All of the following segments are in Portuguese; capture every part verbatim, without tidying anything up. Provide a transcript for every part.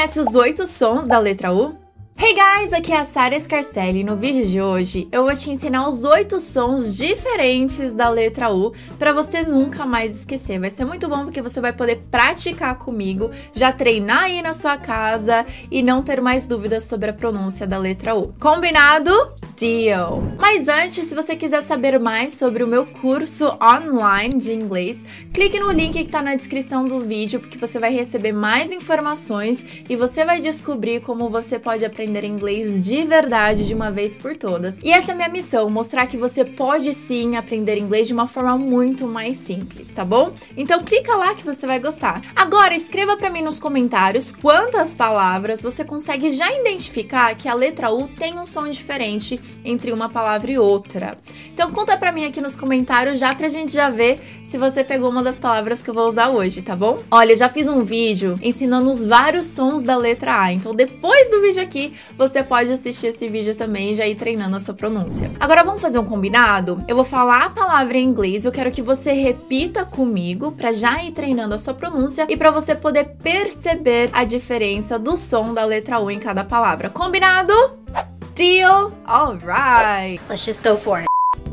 conhece os oito sons da letra U? Hey guys, aqui é a Sara Scarcelli e no vídeo de hoje eu vou te ensinar os oito sons diferentes da letra U para você nunca mais esquecer. Vai ser muito bom porque você vai poder praticar comigo, já treinar aí na sua casa e não ter mais dúvidas sobre a pronúncia da letra U. Combinado? Deal! Mas antes, se você quiser saber mais sobre o meu curso online de inglês, clique no link que está na descrição do vídeo porque você vai receber mais informações e você vai descobrir como você pode aprender inglês de verdade de uma vez por todas. E essa é a minha missão, mostrar que você pode sim aprender inglês de uma forma muito mais simples, tá bom? Então clica lá que você vai gostar. Agora escreva para mim nos comentários quantas palavras você consegue já identificar que a letra U tem um som diferente entre uma palavra e outra. Então conta pra mim aqui nos comentários já pra gente já ver se você pegou uma das palavras que eu vou usar hoje, tá bom? Olha, eu já fiz um vídeo ensinando os vários sons da letra A, então depois do vídeo aqui, você pode assistir esse vídeo também e já ir treinando a sua pronúncia. Agora vamos fazer um combinado? Eu vou falar a palavra em inglês, eu quero que você repita comigo pra já ir treinando a sua pronúncia e pra você poder perceber a diferença do som da letra U em cada palavra. Combinado? Deal? Alright! Let's just go for it.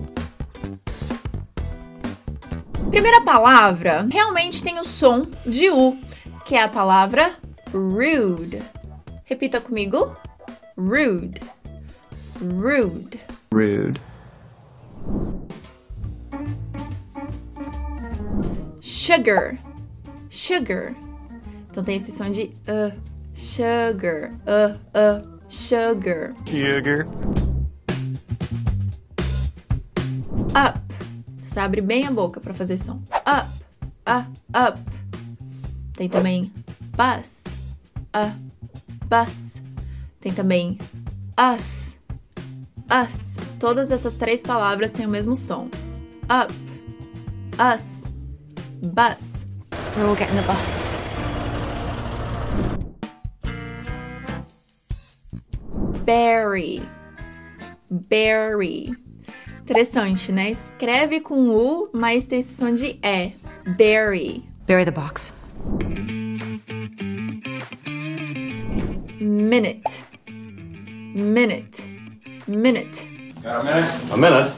Primeira palavra realmente tem o som de U, que é a palavra rude. Repita comigo. Rude. Rude. Rude. Sugar. Sugar. Então tem esse som de uh. Sugar. Uh, uh. Sugar. Sugar. Up. Você abre bem a boca para fazer som. Up. Uh, up. Tem também bus. Uh, bus. Tem também us. Us. Todas essas três palavras têm o mesmo som. Up. Us. Bus. We're all getting the bus. Berry. Berry. Interessante, né? Escreve com U, mas tem esse som de E. Berry. Bury the box. Minute. Minute. Minute. Got a minute? A minute.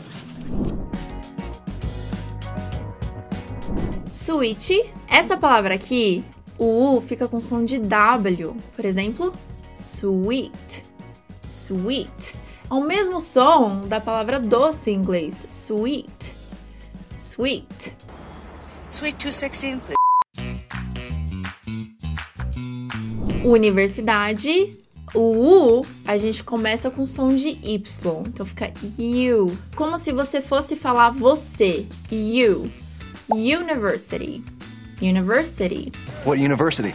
Sweet. Essa palavra aqui, o U fica com som de W. Por exemplo, sweet. Sweet. É o mesmo som da palavra doce em inglês. Sweet. Sweet. Sweet two sixteen, please. Universidade. O U, a gente começa com som de Y. Então fica you. Como se você fosse falar você. You. University. University. What university?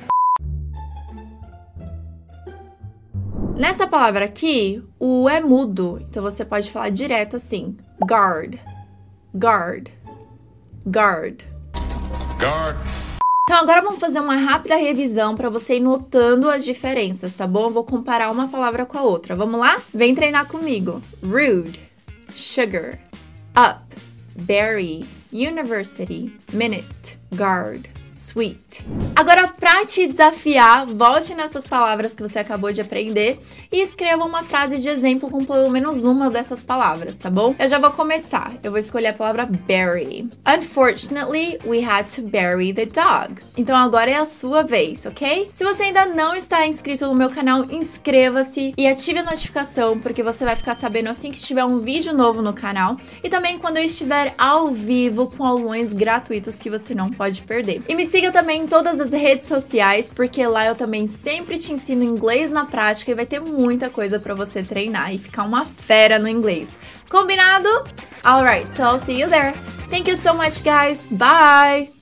Nessa palavra aqui, o U é mudo. Então você pode falar direto assim. Guard. Guard. Guard. Guard. Então agora vamos fazer uma rápida revisão para você ir notando as diferenças, tá bom? Eu vou comparar uma palavra com a outra. Vamos lá? Vem treinar comigo. Rude. Sugar. Up. Berry. University. Minute. Guard. Sweet. Agora, pra te desafiar, volte nessas palavras que você acabou de aprender e escreva uma frase de exemplo com pelo menos uma dessas palavras, tá bom? Eu já vou começar. Eu vou escolher a palavra bury. Unfortunately, we had to bury the dog. Então agora é a sua vez, ok? Se você ainda não está inscrito no meu canal, inscreva-se e ative a notificação, porque você vai ficar sabendo assim que tiver um vídeo novo no canal e também quando eu estiver ao vivo com aulões gratuitos que você não pode perder. E me siga também em todas as redes sociais, porque lá eu também sempre te ensino inglês na prática e vai ter muita coisa pra você treinar e ficar uma fera no inglês. Combinado? Alright, so I'll see you there. Thank you so much, guys. Bye!